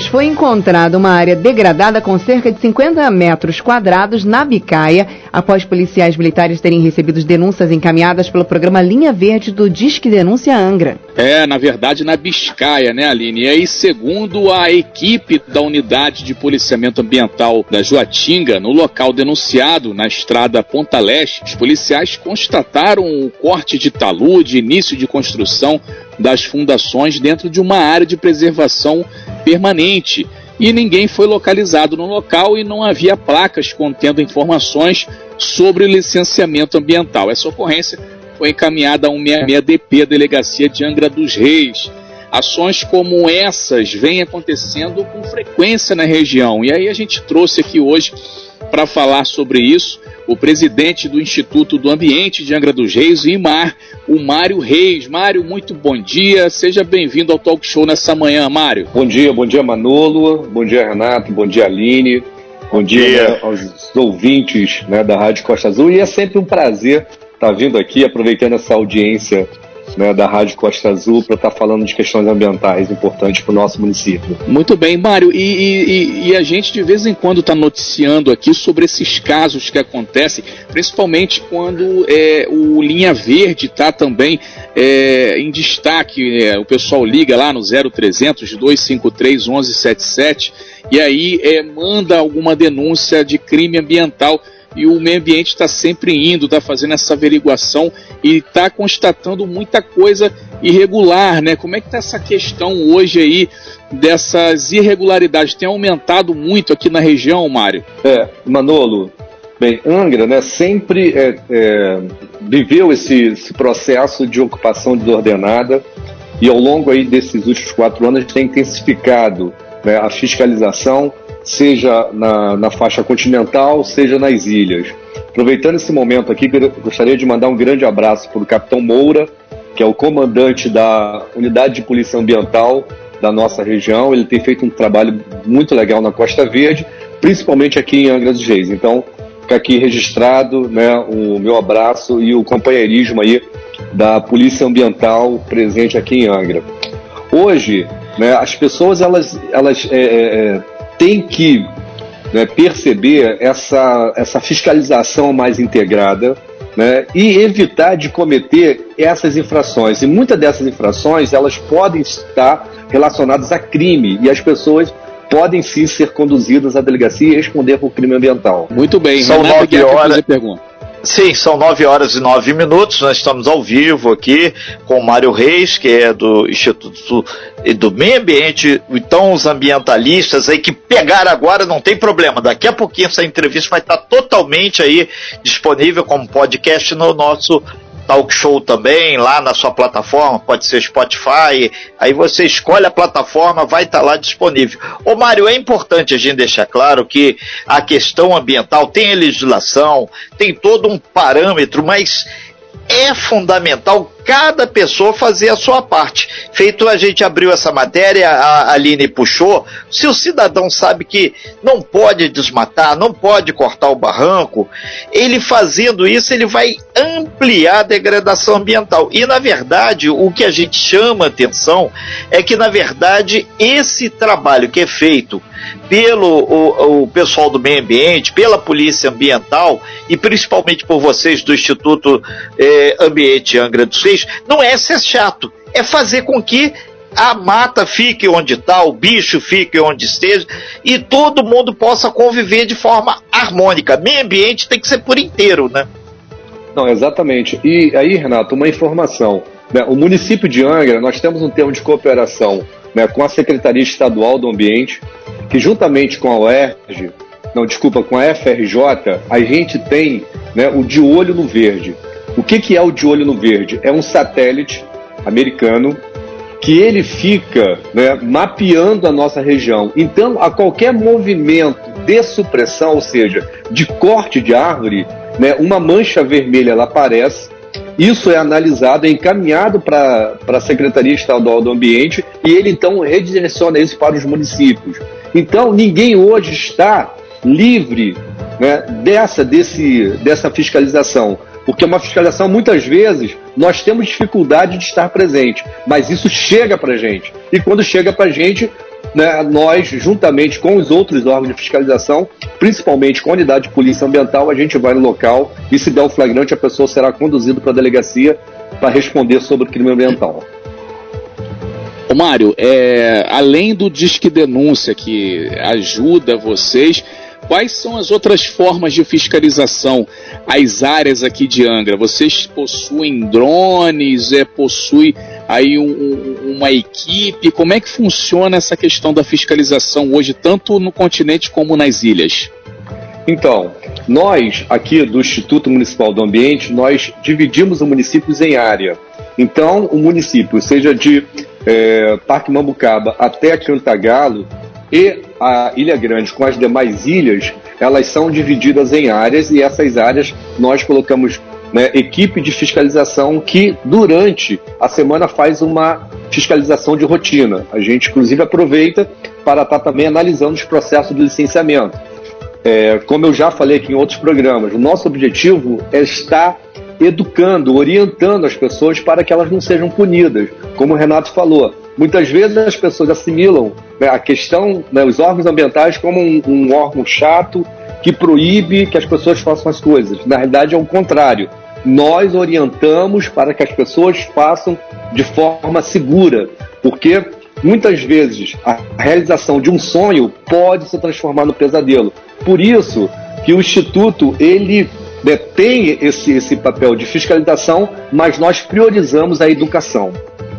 foi encontrada uma área degradada com cerca de 50 metros quadrados na Bicaia, após policiais militares terem recebido denúncias encaminhadas pelo programa Linha Verde do Disque Denúncia Angra. Na verdade na Biscaia, né, Aline? E aí, segundo a equipe da Unidade de Policiamento Ambiental da Joatinga, no local denunciado, na estrada Ponta Leste, os policiais constataram o corte de talude, início de construção das fundações dentro de uma área de preservação permanente. E ninguém foi localizado no local e não havia placas contendo informações sobre licenciamento ambiental. Essa ocorrência foi encaminhada a 166DP, a Delegacia de Angra dos Reis. Ações como essas vêm acontecendo com frequência na região. E aí a gente trouxe aqui hoje para falar sobre isso o presidente do Instituto do Ambiente de Angra dos Reis, IMAR, o Mário Reis. Mário, muito bom dia, seja bem-vindo ao Talk Show nessa manhã, Mário. Bom dia Manolo, bom dia Renato, bom dia Aline, bom dia aos ouvintes, né, da Rádio Costa Azul, e é sempre um prazer estar vindo aqui, aproveitando essa audiência, né, da Rádio Costa Azul, para estar falando de questões ambientais importantes para o nosso município. Muito bem, Mário, e a gente de vez em quando está noticiando aqui sobre esses casos que acontecem, principalmente quando o Linha Verde está também em destaque, o pessoal liga lá no 0300 253 1177 e aí manda alguma denúncia de crime ambiental. E o meio ambiente está sempre indo, está fazendo essa averiguação e está constatando muita coisa irregular, né? Como é que está essa questão hoje aí dessas irregularidades? Tem aumentado muito aqui na região, Mário? Manolo, bem, Angra, né, sempre viveu esse processo de ocupação desordenada e ao longo aí desses últimos 4 anos tem intensificado, né, a fiscalização, seja na faixa continental, seja nas ilhas. Aproveitando esse momento aqui, gostaria de mandar um grande abraço para o Capitão Moura, que é o comandante da Unidade de Polícia Ambiental da nossa região. Ele tem feito um trabalho muito legal na Costa Verde, principalmente aqui em Angra dos Reis. Então, fica aqui registrado, né, o meu abraço e o companheirismo aí da Polícia Ambiental presente aqui em Angra. Hoje, né, as pessoas elas tem que, né, perceber essa fiscalização mais integrada, né, e evitar de cometer essas infrações. E muitas dessas infrações elas podem estar relacionadas a crime e as pessoas podem sim ser conduzidas à delegacia e responder por crime ambiental. Muito bem, são 9 horas. Sim, são 9 horas e 9 minutos, nós estamos ao vivo aqui com o Mário Reis, que é do Instituto do Meio Ambiente. Então os ambientalistas aí que pegaram agora, não tem problema, daqui a pouquinho essa entrevista vai estar totalmente aí disponível como podcast no nosso Talk Show também, lá na sua plataforma, pode ser Spotify, aí você escolhe a plataforma, vai estar lá disponível. Ô Mário, é importante a gente deixar claro que a questão ambiental tem a legislação, tem todo um parâmetro, mas é fundamental cada pessoa fazer a sua parte. Feito a gente abriu essa matéria, a Aline puxou, se o cidadão sabe que não pode desmatar, não pode cortar o barranco, ele fazendo isso, ele vai ampliar a degradação ambiental. E, na verdade, o que a gente chama atenção é que, na verdade, esse trabalho que é feito pelo o pessoal do meio ambiente, pela polícia ambiental e principalmente por vocês do Instituto Ambiente Angra dos Reis, não é ser chato, é fazer com que a mata fique onde está, o bicho fique onde esteja e todo mundo possa conviver de forma harmônica. Meio ambiente tem que ser por inteiro, né? Não, exatamente. E aí, Renato, uma informação, né? O município de Angra, nós temos um termo de cooperação, né, com a Secretaria Estadual do Ambiente, que juntamente com com a FRJ, a gente tem, né, o De Olho no Verde. O que é o De Olho no Verde? É um satélite americano que ele fica, né, mapeando a nossa região. Então, a qualquer movimento de supressão, ou seja, de corte de árvore, né, uma mancha vermelha ela aparece. Isso é analisado, é encaminhado para a Secretaria Estadual do Ambiente e ele então redireciona isso para os municípios. Então, ninguém hoje está livre, né, dessa fiscalização, porque uma fiscalização, muitas vezes, nós temos dificuldade de estar presente, mas isso chega para a gente. E quando chega para a gente, né, nós, juntamente com os outros órgãos de fiscalização, principalmente com a unidade de polícia ambiental, a gente vai no local e, se der o flagrante, a pessoa será conduzida para a delegacia para responder sobre o crime ambiental. Ô Mário, além do Disque Denúncia que ajuda vocês, quais são as outras formas de fiscalização? As áreas aqui de Angra, vocês possuem drones, possui aí uma equipe? Como é que funciona essa questão da fiscalização hoje, tanto no continente como nas ilhas? Então, nós aqui do Instituto Municipal do Ambiente, nós dividimos os municípios em área. Então, o município, seja de Parque Mambucaba até Cantagalo e a Ilha Grande com as demais ilhas, elas são divididas em áreas, e essas áreas nós colocamos, né, equipe de fiscalização que durante a semana faz uma fiscalização de rotina. A gente inclusive aproveita para estar também analisando os processos de licenciamento. Como eu já falei aqui em outros programas, o nosso objetivo é estar educando, orientando as pessoas para que elas não sejam punidas. Como o Renato falou, muitas vezes as pessoas assimilam, né, a questão, né, os órgãos ambientais como um órgão chato que proíbe que as pessoas façam as coisas. Na realidade é o contrário. Nós orientamos para que as pessoas façam de forma segura, porque muitas vezes a realização de um sonho pode se transformar no pesadelo. Por isso que o Instituto, ele tem esse papel de fiscalização, mas nós priorizamos a educação.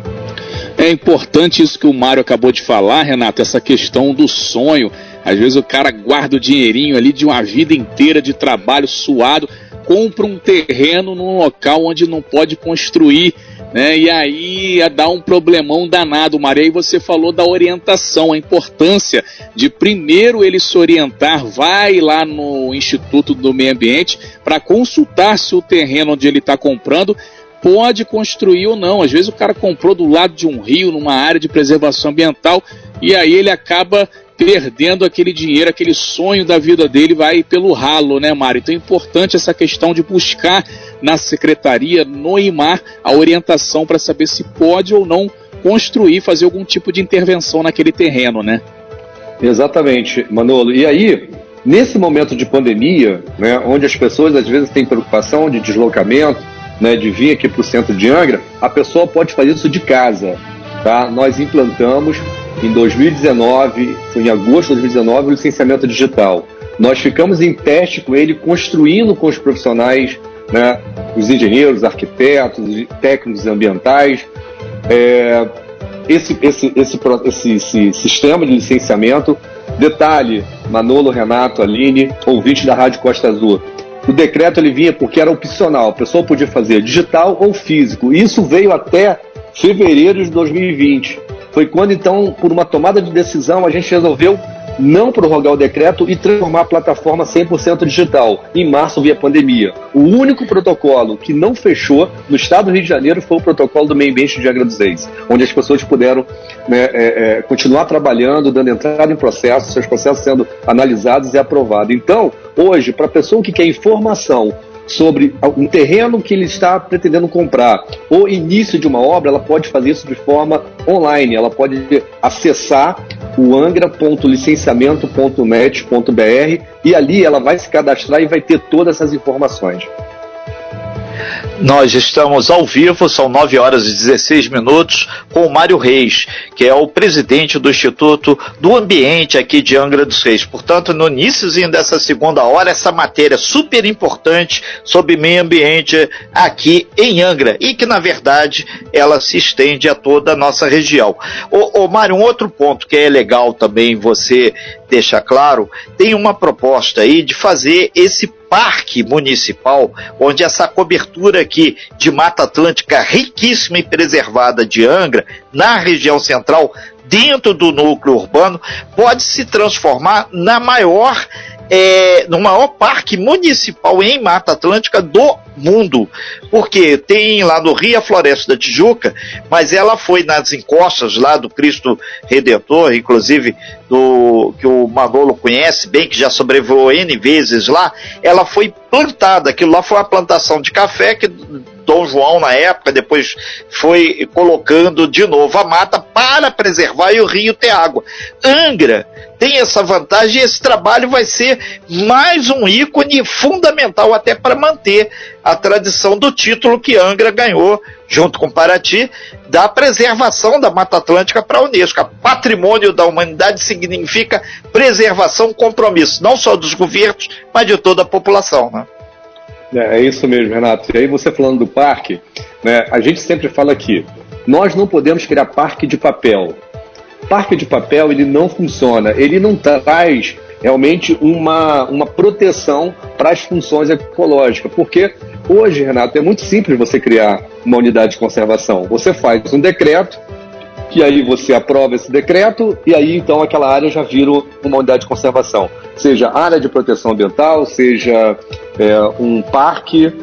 É importante isso que o Mário acabou de falar, Renato, essa questão do sonho. Às vezes o cara guarda o dinheirinho ali de uma vida inteira de trabalho suado, compra um terreno num local onde não pode construir, né? E aí dá um problemão danado, Mário. Aí você falou da orientação, a importância de primeiro ele se orientar, vai lá no Instituto do Meio Ambiente para consultar se o terreno onde ele está comprando pode construir ou não. Às vezes o cara comprou do lado de um rio, numa área de preservação ambiental, e aí ele acaba perdendo aquele dinheiro, aquele sonho da vida dele vai pelo ralo, né, Mário? Então é importante essa questão de buscar na secretaria, no IMAR, a orientação para saber se pode ou não construir, fazer algum tipo de intervenção naquele terreno, né? Exatamente, Manolo. E aí, nesse momento de pandemia, né, onde as pessoas às vezes têm preocupação de deslocamento, né, de vir aqui para o centro de Angra, a pessoa pode fazer isso de casa, tá? Nós implantamos em 2019, foi em agosto de 2019, o licenciamento digital. Nós ficamos em teste com ele, construindo com os profissionais, né, os engenheiros, arquitetos, técnicos ambientais, esse sistema de licenciamento. Detalhe, Manolo, Renato, Aline, ouvinte da Rádio Costa Azul, o decreto ele vinha porque era opcional, a pessoa podia fazer digital ou físico. Isso veio até fevereiro de 2020. Foi quando, então, por uma tomada de decisão, a gente resolveu não prorrogar o decreto e transformar a plataforma 100% digital. Em março veio a pandemia. O único protocolo que não fechou no estado do Rio de Janeiro foi o protocolo do meio ambiente de Angra dos Reis, onde as pessoas puderam, né, continuar trabalhando, dando entrada em processos, seus processos sendo analisados e aprovados. Então, hoje, para a pessoa que quer informação sobre um terreno que ele está pretendendo comprar ou início de uma obra, ela pode fazer isso de forma online. Ela pode acessar o angra.licenciamento.net.br e ali ela vai se cadastrar e vai ter todas essas informações. Nós estamos ao vivo, são 9 horas e 16 minutos, com o Mário Reis, que é o presidente do Instituto do Ambiente aqui de Angra dos Reis. Portanto, no iníciozinho dessa segunda hora, essa matéria super importante sobre meio ambiente aqui em Angra, e que, na verdade, ela se estende a toda a nossa região. Ô Mário, um outro ponto que é legal também você deixar claro, tem uma proposta aí de fazer esse parque municipal, onde essa cobertura aqui de Mata Atlântica riquíssima e preservada de Angra, na região central, dentro do núcleo urbano, pode se transformar no maior parque municipal em Mata Atlântica do mundo, porque tem lá no Rio a Floresta da Tijuca, mas ela foi nas encostas lá do Cristo Redentor, inclusive que o Manolo conhece bem, que já sobrevoou N vezes lá, ela foi plantada, aquilo lá foi uma plantação de café que Dom João na época, depois foi colocando de novo a mata para preservar e o rio ter água. Angra tem essa vantagem e esse trabalho vai ser mais um ícone fundamental até para manter a tradição do título que Angra ganhou, junto com Paraty, da preservação da Mata Atlântica para a Unesco. Patrimônio da humanidade significa preservação, compromisso, não só dos governos, mas de toda a população, né? É isso mesmo, Renato. E aí você falando do parque, né, a gente sempre fala aqui, nós não podemos criar parque de papel. Parque de papel, ele não funciona, ele não traz realmente uma proteção para as funções ecológicas, porque hoje, Renato, é muito simples você criar uma unidade de conservação. Você faz um decreto, e aí você aprova esse decreto, e aí então aquela área já vira uma unidade de conservação. Seja área de proteção ambiental, seja um parque,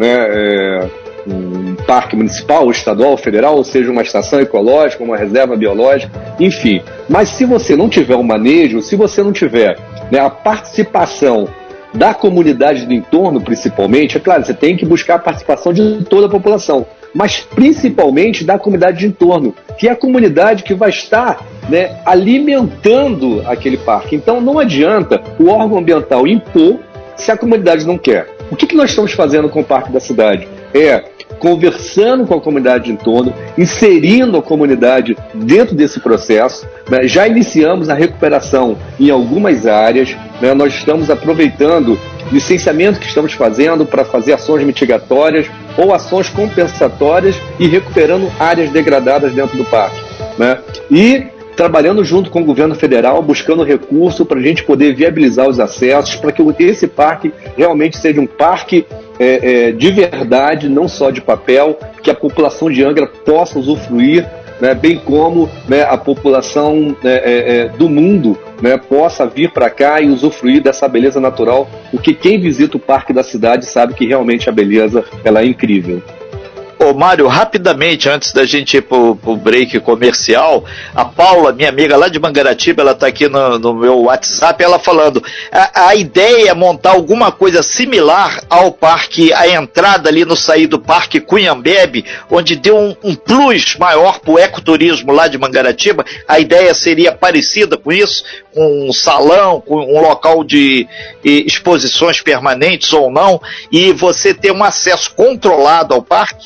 né, um parque municipal, estadual, federal, ou seja, uma estação ecológica, uma reserva biológica, enfim. Mas se você não tiver um manejo, se você não tiver, né, a participação da comunidade do entorno, principalmente, é claro, você tem que buscar a participação de toda a população, mas principalmente da comunidade de entorno, que é a comunidade que vai estar, né, alimentando aquele parque. Então não adianta o órgão ambiental impor se a comunidade não quer. O que nós estamos fazendo com o Parque da Cidade? Conversando com a comunidade de entorno, inserindo a comunidade dentro desse processo, né? Já iniciamos a recuperação em algumas áreas, né? Nós estamos aproveitando licenciamento que estamos fazendo para fazer ações mitigatórias ou ações compensatórias e recuperando áreas degradadas dentro do parque, né? E trabalhando junto com o governo federal, buscando recurso para a gente poder viabilizar os acessos, para que esse parque realmente seja um parque de verdade, não só de papel, que a população de Angra possa usufruir, né, bem como, né, a população do mundo, né, possa vir para cá e usufruir dessa beleza natural, porque quem visita o Parque da Cidade sabe que realmente a beleza ela é incrível. Ô Mário, rapidamente, antes da gente ir pro break comercial, a Paula, minha amiga lá de Mangaratiba, ela tá aqui no meu WhatsApp, ela falando, a ideia é montar alguma coisa similar ao parque, a entrada ali no sair do Parque Cunhambebe, onde deu um plus maior pro ecoturismo lá de Mangaratiba. A ideia seria parecida com isso, com um salão, com um local de exposições permanentes ou não, e você ter um acesso controlado ao parque?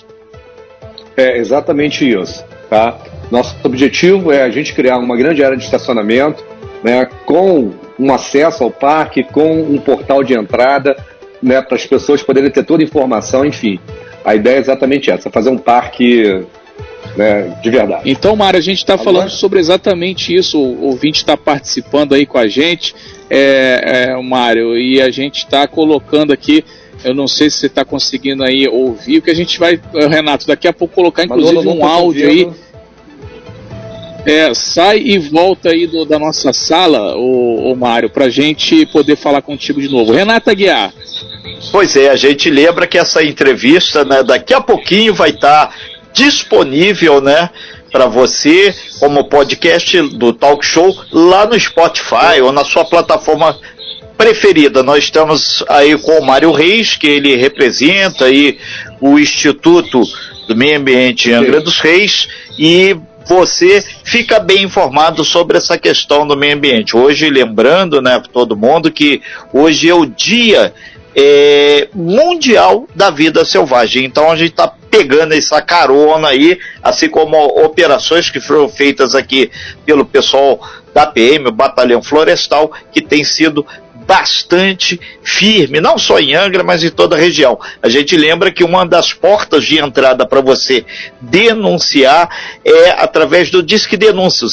É exatamente isso, tá? Nosso objetivo é a gente criar uma grande área de estacionamento, né, com um acesso ao parque, com um portal de entrada, né, para as pessoas poderem ter toda a informação, enfim. A ideia é exatamente essa, fazer um parque, né, de verdade. Então, Mário, a gente está falando sobre exatamente isso, o ouvinte está participando aí com a gente, Mário, e a gente está colocando aqui. Eu não sei se você está conseguindo aí ouvir, o que a gente vai, Renato, daqui a pouco colocar inclusive um áudio aí. Sai e volta aí da nossa sala, o Mário, para a gente poder falar contigo de novo. Renata Aguiar. Pois é, a gente lembra que essa entrevista, né, daqui a pouquinho vai estar disponível, né, para você como podcast do Talk Show lá no Spotify ou na sua plataforma preferida. Nós estamos aí com o Mário Reis, que ele representa aí o Instituto do Meio Ambiente Angra dos Reis, e você fica bem informado sobre essa questão do meio ambiente. Hoje, lembrando, né, todo mundo que hoje é o Dia Mundial da Vida Selvagem. Então a gente está pegando essa carona aí, assim como operações que foram feitas aqui pelo pessoal da PM, o Batalhão Florestal, que tem sido bastante firme, não só em Angra, mas em toda a região. A gente lembra que uma das portas de entrada para você denunciar é através do Disque Denúncia,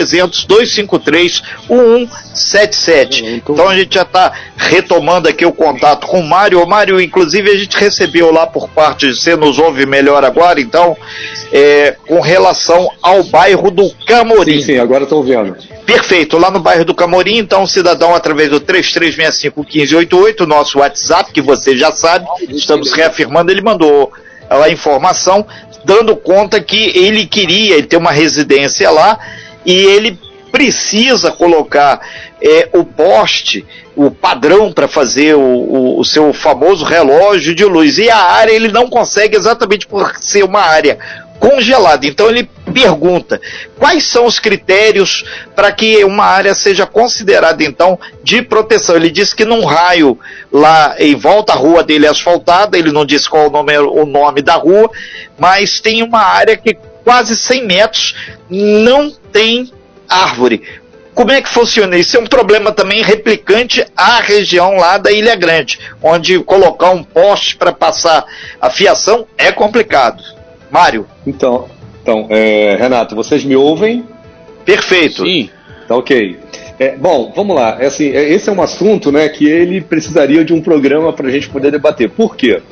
0300-253-1177. Então a gente já está retomando aqui o contato com o Mário. O Mário, inclusive, a gente recebeu lá por parte de Você Nos Ouve Melhor Agora, então, com relação ao bairro do Camorim. Sim, agora estou vendo. Perfeito, lá no bairro do Camorim, então o cidadão através do 3365-1588, nosso WhatsApp, que você já sabe, estamos reafirmando, ele mandou a informação, dando conta que ele queria ter uma residência lá, e ele precisa colocar o poste, o padrão para fazer o seu famoso relógio de luz, e a área ele não consegue, exatamente por ser uma área congelada. Então ele pergunta quais são os critérios para que uma área seja considerada então de proteção. Ele disse que num raio lá em volta à rua dele asfaltada, ele não disse qual o nome da rua, mas tem uma área que quase 100 metros não tem árvore. Como é que funciona? Isso é um problema também replicante à região lá da Ilha Grande, onde colocar um poste para passar a fiação é complicado. Mário. Então, Renato, vocês me ouvem? Perfeito. Sim. Tá ok. Bom, vamos lá. Esse é um assunto, né, que ele precisaria de um programa para a gente poder debater. Por quê?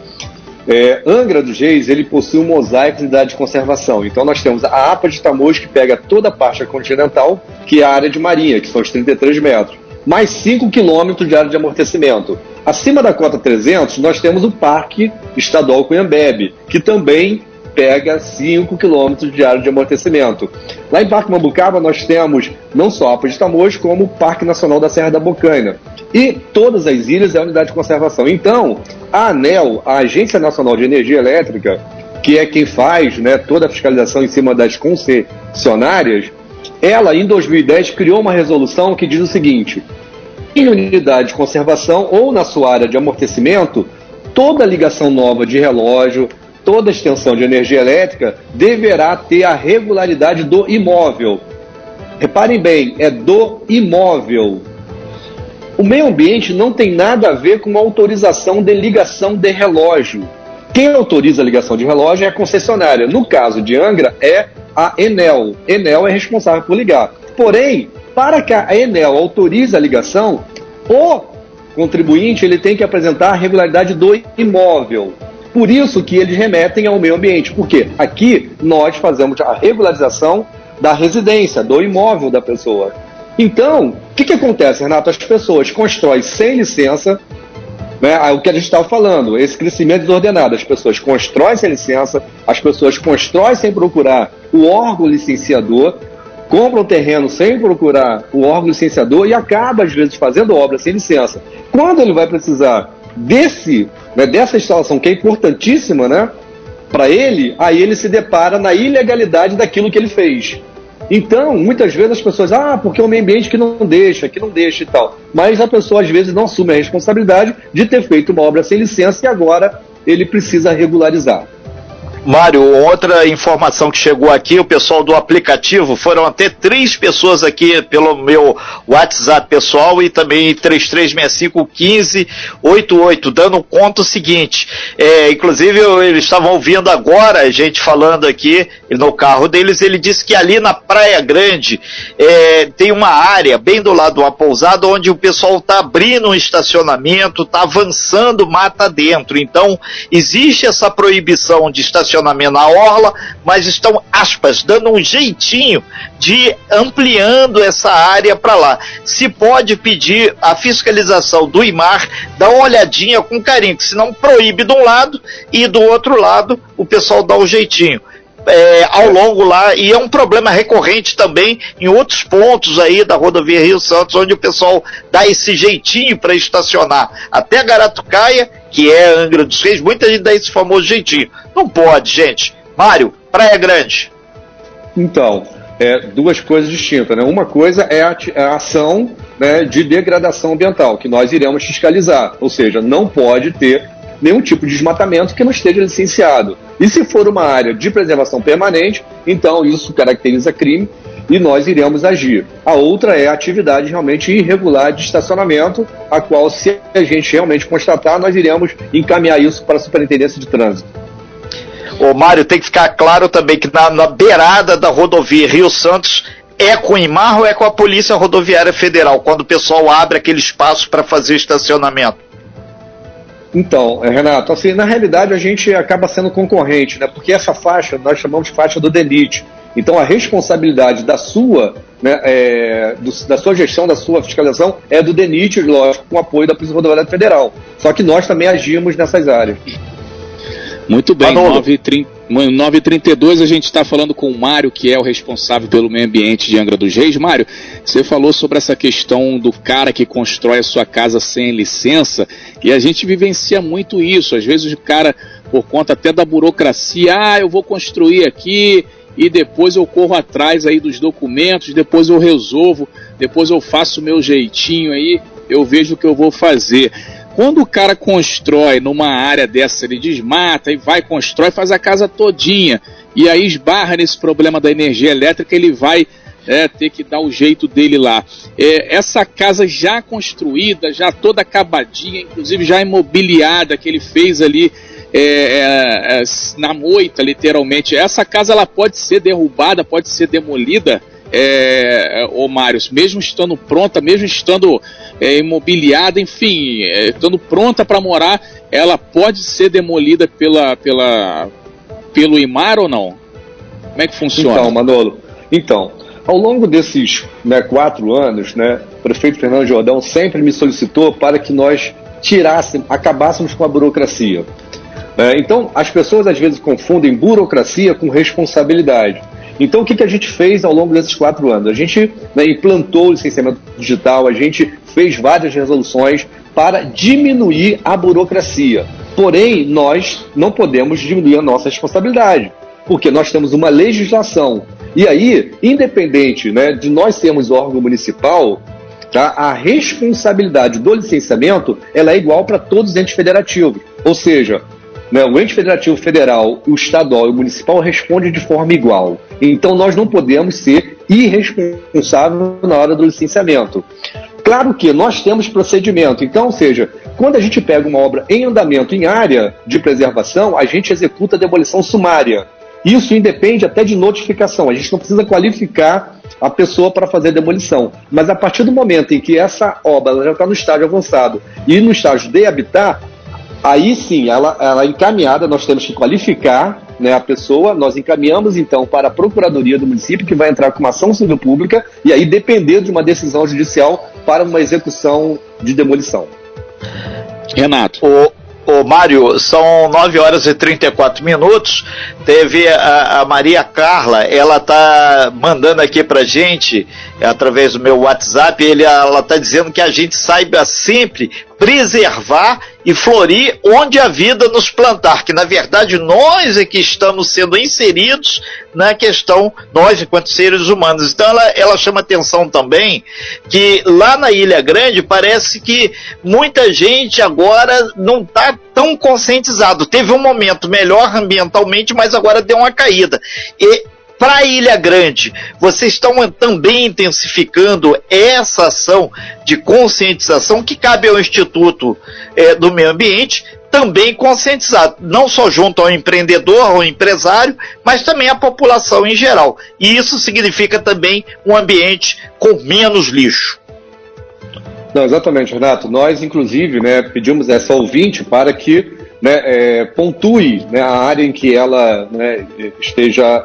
Angra dos Reis, ele possui um mosaico de unidade de conservação. Então nós temos a APA de Tamoios, que pega toda a parte continental, que é a área de marinha, que são os 33 metros, mais 5 quilômetros de área de amortecimento. Acima da cota 300, nós temos o Parque Estadual Cunhambebe, que também pega 5 quilômetros de área de amortecimento. Lá em Parque Mambucaba nós temos não só a APA de Tamoios, como o Parque Nacional da Serra da Bocaina. E todas as ilhas é a unidade de conservação. Então, a ANEEL, a Agência Nacional de Energia Elétrica, que é quem faz, né, toda a fiscalização em cima das concessionárias, ela, em 2010, criou uma resolução que diz o seguinte: em unidade de conservação ou na sua área de amortecimento, toda ligação nova de relógio, toda extensão de energia elétrica deverá ter a regularidade do imóvel. Reparem bem, é do imóvel. O meio ambiente não tem nada a ver com a autorização de ligação de relógio. Quem autoriza a ligação de relógio é a concessionária. No caso de Angra, é a Enel. Enel é responsável por ligar. Porém, para que a Enel autorize a ligação, o contribuinte ele tem que apresentar a regularidade do imóvel. Por isso que eles remetem ao meio ambiente. Porque aqui nós fazemos a regularização da residência, do imóvel da pessoa. Então, o que acontece, Renato? As pessoas constroem sem licença, né, o que a gente estava falando, esse crescimento desordenado. As pessoas constroem sem licença, as pessoas constroem sem procurar o órgão licenciador, compram terreno sem procurar o órgão licenciador e acaba, às vezes, fazendo obra sem licença. Quando ele vai precisar dessa instalação, que é importantíssima, né, para ele, aí ele se depara na ilegalidade daquilo que ele fez. Então, muitas vezes as pessoas, porque é o meio ambiente que não deixa e tal. Mas a pessoa, às vezes, não assume a responsabilidade de ter feito uma obra sem licença e agora ele precisa regularizar. Mário, outra informação que chegou aqui, o pessoal do aplicativo, foram até 3 pessoas aqui pelo meu WhatsApp pessoal e também 33651588, dando conta o seguinte, inclusive eles estavam ouvindo agora a gente falando aqui no carro deles, ele disse que ali na Praia Grande tem uma área bem do lado de uma pousada onde o pessoal está abrindo um estacionamento, está avançando mata dentro, então existe essa proibição de estacionamento na orla, mas estão, aspas, dando um jeitinho de ampliando essa área para lá. Se pode pedir a fiscalização do IMAR, dar uma olhadinha com carinho, que senão proíbe de um lado e do outro lado o pessoal dá um jeitinho. Ao longo lá, e é um problema recorrente também em outros pontos aí da rodovia Rio Santos, onde o pessoal dá esse jeitinho para estacionar. Até Garatucaia, que é Angra dos Reis, muita gente dá esse famoso jeitinho. Não pode, gente. Mário, Praia Grande. Então, duas coisas distintas, né? Uma coisa é a ação, né, de degradação ambiental, que nós iremos fiscalizar, ou seja, não pode ter nenhum tipo de desmatamento que não esteja licenciado. E se for uma área de preservação permanente, então isso caracteriza crime e nós iremos agir. A outra é a atividade realmente irregular de estacionamento, a qual, se a gente realmente constatar, nós iremos encaminhar isso para a Superintendência de Trânsito. Ô Mário, tem que ficar claro também que na beirada da rodovia Rio Santos é com o IMAR ou é com a Polícia Rodoviária Federal, quando o pessoal abre aquele espaço para fazer o estacionamento? Então, Renato, assim, na realidade a gente acaba sendo concorrente, né? Porque essa faixa nós chamamos de faixa do DENIT. Então a responsabilidade da sua, né, da sua gestão, da sua fiscalização é do DENIT, lógico, com o apoio da Polícia Rodoviária Federal. Só que nós também agimos nessas áreas. Muito bem, 9h32 a gente está falando com o Mário, que é o responsável pelo meio ambiente de Angra dos Reis. Mário, você falou sobre essa questão do cara que constrói a sua casa sem licença, e a gente vivencia muito isso. Às vezes o cara, por conta até da burocracia, eu vou construir aqui e depois eu corro atrás aí dos documentos, depois eu resolvo, depois eu faço o meu jeitinho aí, eu vejo o que eu vou fazer. Quando o cara constrói numa área dessa, ele desmata e vai, constrói, faz a casa todinha, e aí esbarra nesse problema da energia elétrica, ele vai ter que dar o jeito dele lá. Essa casa já construída, já toda acabadinha, inclusive já imobiliada, que ele fez ali na moita, literalmente, essa casa ela pode ser derrubada, pode ser demolida, Mário, mesmo estando pronta, mesmo estando imobiliada, enfim, estando pronta para morar, ela pode ser demolida pelo IMAR ou não? Como é que funciona? Então, Manolo, ao longo desses 4 anos, o prefeito Fernando Jordão sempre me solicitou para que nós acabássemos com a burocracia. Então, as pessoas às vezes confundem burocracia com responsabilidade. Então, o que a gente fez ao longo desses 4 anos? A gente implantou o licenciamento digital, a gente fez várias resoluções para diminuir a burocracia. Porém, nós não podemos diminuir a nossa responsabilidade, porque nós temos uma legislação. E aí, independente de nós sermos órgão municipal, a responsabilidade do licenciamento ela é igual para todos os entes federativos. Ou seja, o ente federativo federal, o estadual e o municipal respondem de forma igual. Então, nós não podemos ser irresponsáveis na hora do licenciamento. Claro que nós temos procedimento. Então, ou seja, quando a gente pega uma obra em andamento em área de preservação, a gente executa a demolição sumária. Isso independe até de notificação. A gente não precisa qualificar a pessoa para fazer a demolição. Mas a partir do momento em que essa obra ela já está no estágio avançado e no estágio de habitar, aí sim, ela é encaminhada, nós temos que qualificar a pessoa, nós encaminhamos então para a Procuradoria do município, que vai entrar com uma ação civil pública e aí depender de uma decisão judicial para uma execução de demolição. Renato. Ô Mário, são 9h34. Teve a Maria Carla, ela tá mandando aqui pra gente, através do meu WhatsApp, ela tá dizendo que a gente saiba sempre preservar e florir onde a vida nos plantar, que na verdade nós é que estamos sendo inseridos na questão, nós enquanto seres humanos. Então ela chama atenção também que lá na Ilha Grande parece que muita gente agora não está tão conscientizado. Teve um momento melhor ambientalmente, mas agora deu uma caída. E para a Ilha Grande, vocês estão também intensificando essa ação de conscientização que cabe ao Instituto do Meio Ambiente também conscientizar, não só junto ao empreendedor, ao empresário, mas também à população em geral. E isso significa também um ambiente com menos lixo. Não, exatamente, Renato. Nós, inclusive, pedimos essa ouvinte para que pontue a área em que ela esteja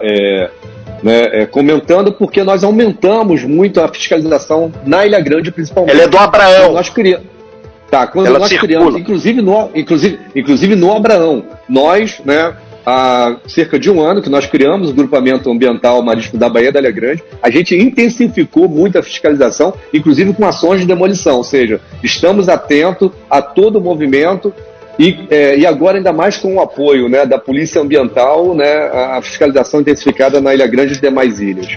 comentando, porque nós aumentamos muito a fiscalização na Ilha Grande, principalmente. Ela é do Abraão. Quando nós criamos, inclusive no Abraão, nós, há cerca de 1 ano que nós criamos o grupamento ambiental marítimo da Baía da Ilha Grande, a gente intensificou muito a fiscalização, inclusive com ações de demolição, ou seja, estamos atentos a todo o movimento e agora ainda mais com o apoio da Polícia Ambiental, a fiscalização intensificada na Ilha Grande e demais ilhas.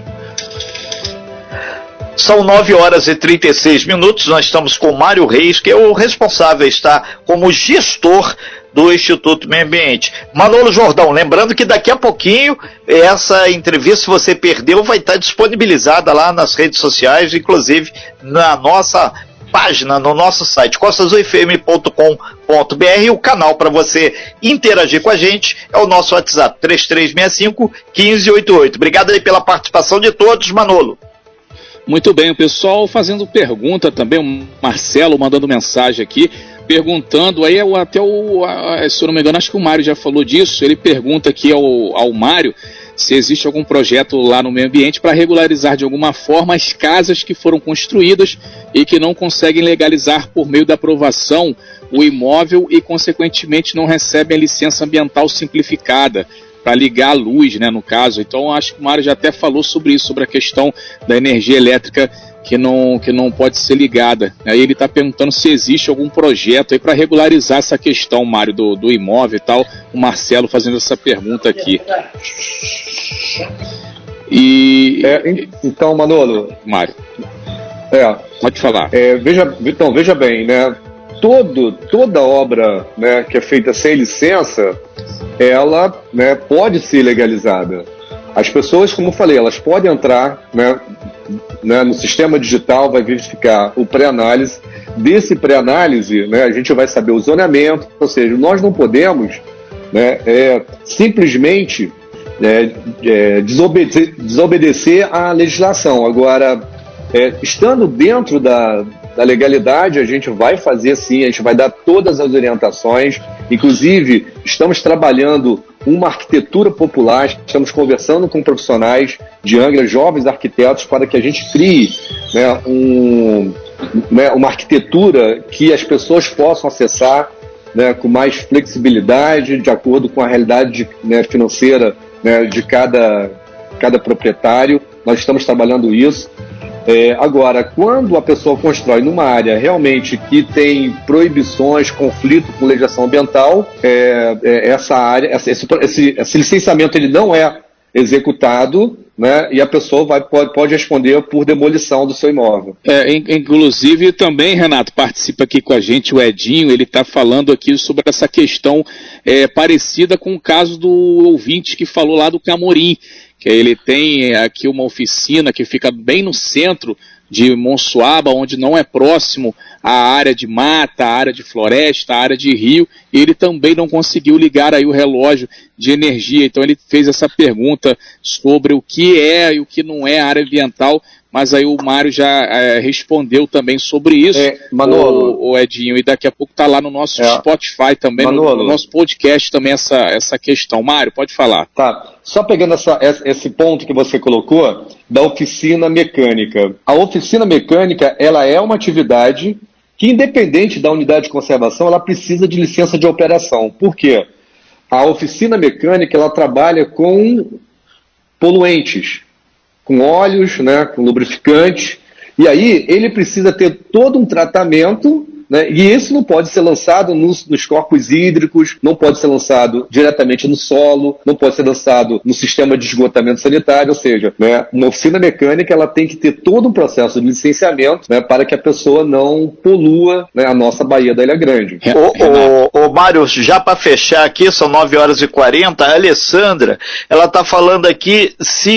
São 9h36, nós estamos com o Mário Reis, que é o responsável, está como gestor do Instituto Meio Ambiente. Manolo Jordão, lembrando que daqui a pouquinho essa entrevista, se você perdeu, vai estar disponibilizada lá nas redes sociais, inclusive na nossa página, no nosso site, costaazulfm.com.br. O canal para você interagir com a gente é o nosso WhatsApp, 3365-1588. Obrigado aí pela participação de todos, Manolo. Muito bem, o pessoal fazendo pergunta também, o Marcelo mandando mensagem aqui, perguntando, aí se eu não me engano, acho que o Mário já falou disso, ele pergunta aqui ao Mário se existe algum projeto lá no meio ambiente para regularizar de alguma forma as casas que foram construídas e que não conseguem legalizar por meio da aprovação o imóvel e, consequentemente, não recebem a licença ambiental simplificada para ligar a luz, né, no caso. Então, acho que o Mário já até falou sobre isso, sobre a questão da energia elétrica que não pode ser ligada. Aí ele está perguntando se existe algum projeto aí para regularizar essa questão, Mário, do imóvel e tal. O Marcelo fazendo essa pergunta aqui. Então, Manolo... Mário. Pode falar. Veja bem, né? Toda obra, né, que é feita sem licença, ela, né, pode ser legalizada. As pessoas, como eu falei, elas podem entrar, né, no sistema digital, vai verificar o pré-análise. Desse pré-análise, né, a gente vai saber o zoneamento, ou seja, nós não podemos, né, simplesmente desobedecer à legislação. Agora, estando dentro da legalidade, a gente vai fazer sim, a gente vai dar todas as orientações. Inclusive, estamos trabalhando uma arquitetura popular, estamos conversando com profissionais de Angra, jovens arquitetos, para que a gente crie, né, uma arquitetura que as pessoas possam acessar, né, com mais flexibilidade, de acordo com a realidade, né, financeira, né, de cada proprietário. Nós estamos trabalhando isso. Agora, quando a pessoa constrói numa área realmente que tem proibições, conflito com legislação ambiental, essa área, esse licenciamento ele não é executado, né, e a pessoa pode responder por demolição do seu imóvel. Inclusive também, Renato, participa aqui com a gente o Edinho, ele está falando aqui sobre essa questão parecida com o caso do ouvinte que falou lá do Camorim, que ele tem aqui uma oficina que fica bem no centro de Monsuaba, onde não é próximo à área de mata, à área de floresta, à área de rio, e ele também não conseguiu ligar aí o relógio de energia. Então ele fez essa pergunta sobre o que é e o que não é área ambiental, mas aí o Mário já respondeu também sobre isso, Manolo, o Edinho, e daqui a pouco está lá no nosso Spotify também, no nosso podcast também essa questão. Mário, pode falar. Tá, só pegando esse ponto que você colocou, da oficina mecânica. A oficina mecânica, ela é uma atividade que, independente da unidade de conservação, ela precisa de licença de operação. Por quê? A oficina mecânica, ela trabalha com poluentes, com óleos, né, com lubrificantes, e aí ele precisa ter todo um tratamento, né, e isso não pode ser lançado nos corpos hídricos, não pode ser lançado diretamente no solo, não pode ser lançado no sistema de esgotamento sanitário, ou seja, né, uma oficina mecânica ela tem que ter todo um processo de licenciamento, né, para que a pessoa não polua, né, a nossa Baía da Ilha Grande. Ô Mário, já para fechar aqui, são 9h40, a Alessandra, ela está falando aqui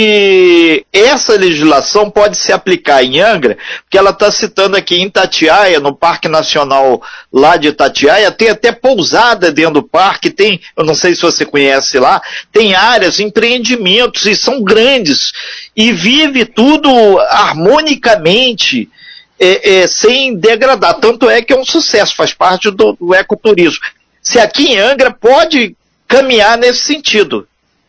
se essa legislação pode se aplicar em Angra, porque ela está citando aqui em Itatiaia, no Parque Nacional lá de Itatiaia, tem até pousada dentro do parque, tem, eu não sei se você conhece lá, tem áreas, empreendimentos, e são grandes, e vive tudo harmonicamente, sem degradar, tanto é que é um sucesso, faz parte do ecoturismo. Se aqui em Angra pode caminhar nesse sentido.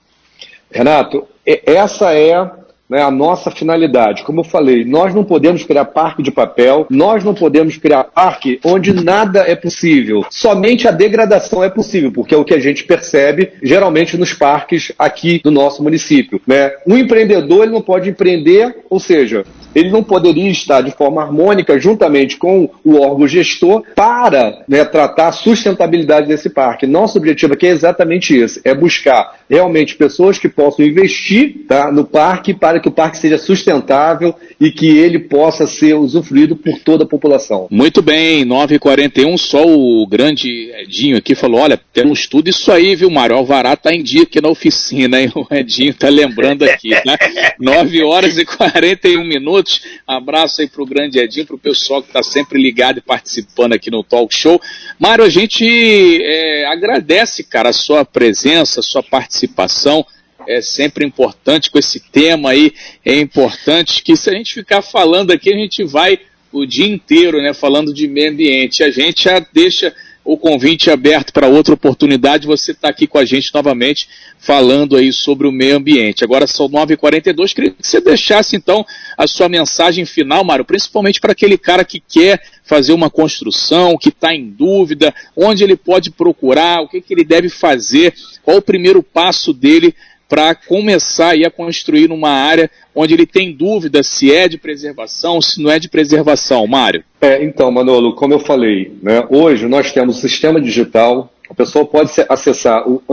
Renato, essa é, né, a nossa finalidade. Como eu falei, nós não podemos criar parque de papel, nós não podemos criar parque onde nada é possível. Somente a degradação é possível, porque é o que a gente percebe geralmente nos parques aqui do nosso município, né? Um empreendedor ele não pode empreender, ou seja, ele não poderia estar de forma harmônica juntamente com o órgão gestor para, né, tratar a sustentabilidade desse parque. Nosso objetivo aqui é exatamente esse, é buscar realmente pessoas que possam investir, tá, no parque para que o parque seja sustentável e que ele possa ser usufruído por toda a população. Muito bem, 9h41, só o grande Edinho aqui falou, olha, temos tudo isso aí, viu, Mário? O Alvará está em dia aqui na oficina, hein? O Edinho está lembrando aqui, né? 9h41. Abraço aí pro grande Edinho, pro pessoal que está sempre ligado e participando aqui no Talk Show. Mário, a gente agradece, cara, a sua presença, a sua participação. É sempre importante com esse tema aí, é importante que se a gente ficar falando aqui, a gente vai o dia inteiro, né, falando de meio ambiente. A gente já deixa o convite é aberto para outra oportunidade, você está aqui com a gente novamente falando aí sobre o meio ambiente. Agora são 9h42, queria que você deixasse então a sua mensagem final, Mário, principalmente para aquele cara que quer fazer uma construção, que está em dúvida, onde ele pode procurar, o que ele deve fazer, qual o primeiro passo dele para começar aí a construir numa área onde ele tem dúvida se é de preservação, se não é de preservação, Mário. Então, Manolo, como eu falei, né, hoje nós temos o sistema digital, a pessoa pode acessar o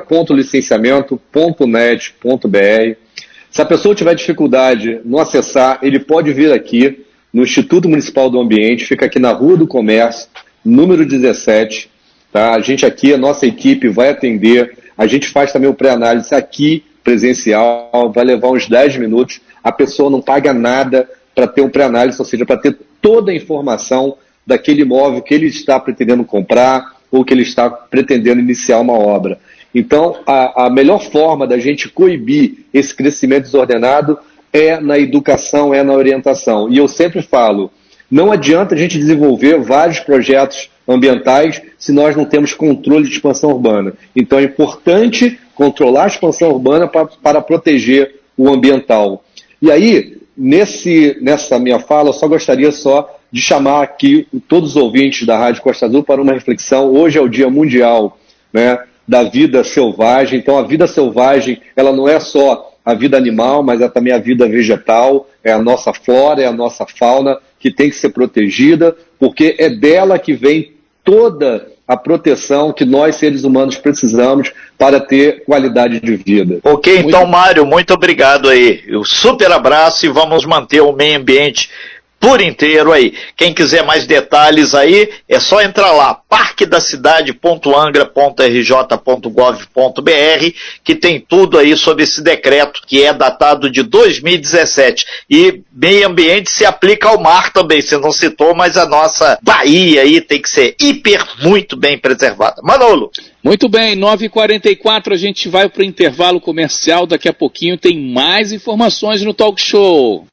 angra.licenciamento.net.br. Se a pessoa tiver dificuldade no acessar, ele pode vir aqui no Instituto Municipal do Ambiente, fica aqui na Rua do Comércio, número 17. Tá? A gente aqui, a nossa equipe vai atender. A gente faz também o pré-análise aqui, presencial, vai levar uns 10 minutos. A pessoa não paga nada para ter um pré-análise, ou seja, para ter toda a informação daquele imóvel que ele está pretendendo comprar ou que ele está pretendendo iniciar uma obra. Então, a melhor forma da gente coibir esse crescimento desordenado é na educação, é na orientação. E eu sempre falo, não adianta a gente desenvolver vários projetos ambientais se nós não temos controle de expansão urbana. Então é importante controlar a expansão urbana para proteger o ambiental. E aí, nessa minha fala, eu só gostaria de chamar aqui todos os ouvintes da Rádio Costa Azul para uma reflexão. Hoje é o Dia Mundial, né, da vida selvagem. Então a vida selvagem, ela não é só a vida animal, mas é também a vida vegetal, é a nossa flora, é a nossa fauna, que tem que ser protegida, porque é dela que vem toda a proteção que nós, seres humanos, precisamos para ter qualidade de vida. Ok, então, Mário, muito obrigado aí. Um super abraço e vamos manter o meio ambiente por inteiro aí. Quem quiser mais detalhes aí, é só entrar lá, parquedacidade.angra.rj.gov.br, que tem tudo aí sobre esse decreto, que é datado de 2017. E meio ambiente se aplica ao mar também, você não citou, mas a nossa Bahia aí tem que ser muito bem preservada. Manolo. Muito bem, 9h44, a gente vai para o intervalo comercial, daqui a pouquinho tem mais informações no Talk Show.